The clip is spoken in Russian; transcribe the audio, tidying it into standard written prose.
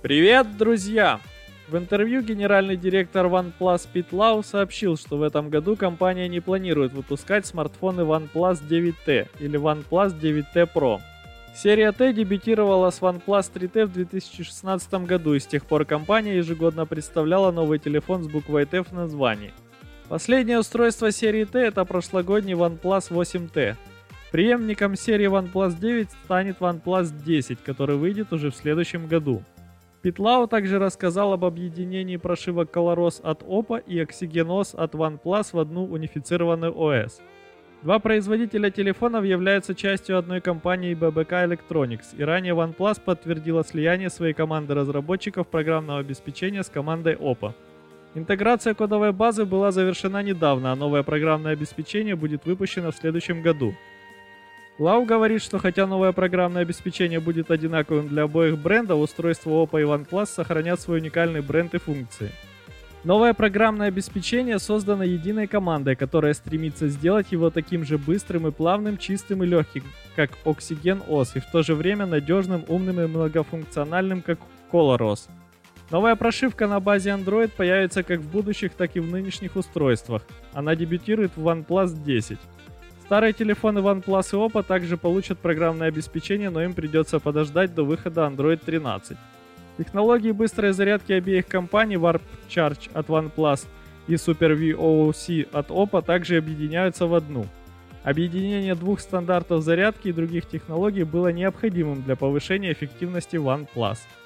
Привет, друзья! В интервью генеральный директор OnePlus Пит Лау сообщил, что в этом году компания не планирует выпускать смартфоны OnePlus 9T или OnePlus 9T Pro. Серия T дебютировала с OnePlus 3T в 2016 году, и с тех пор компания ежегодно представляла новый телефон с буквой T в названии. Последнее устройство серии T — это прошлогодний OnePlus 8T. Преемником серии OnePlus 9 станет OnePlus 10, который выйдет уже в следующем году. Пит Лау также рассказал об объединении прошивок ColorOS от Oppo и OxygenOS от OnePlus в одну унифицированную ОС. Два производителя телефонов являются частью одной компании BBK Electronics, и ранее OnePlus подтвердила слияние своей команды разработчиков программного обеспечения с командой Oppo. Интеграция кодовой базы была завершена недавно, а новое программное обеспечение будет выпущено в следующем году. Лау говорит, что хотя новое программное обеспечение будет одинаковым для обоих брендов, устройства Oppo и OnePlus сохранят свой уникальный бренд и функции. Новое программное обеспечение создано единой командой, которая стремится сделать его таким же быстрым и плавным, чистым и легким, как OxygenOS, и в то же время надежным, умным и многофункциональным, как ColorOS. Новая прошивка на базе Android появится как в будущих, так и в нынешних устройствах. Она дебютирует в OnePlus 10. Старые телефоны OnePlus и Oppo также получат программное обеспечение, но им придется подождать до выхода Android 13. Технологии быстрой зарядки обеих компаний Warp Charge от OnePlus и Super-V OOC от Oppo также объединяются в одну. Объединение двух стандартов зарядки и других технологий было необходимым для повышения эффективности OnePlus.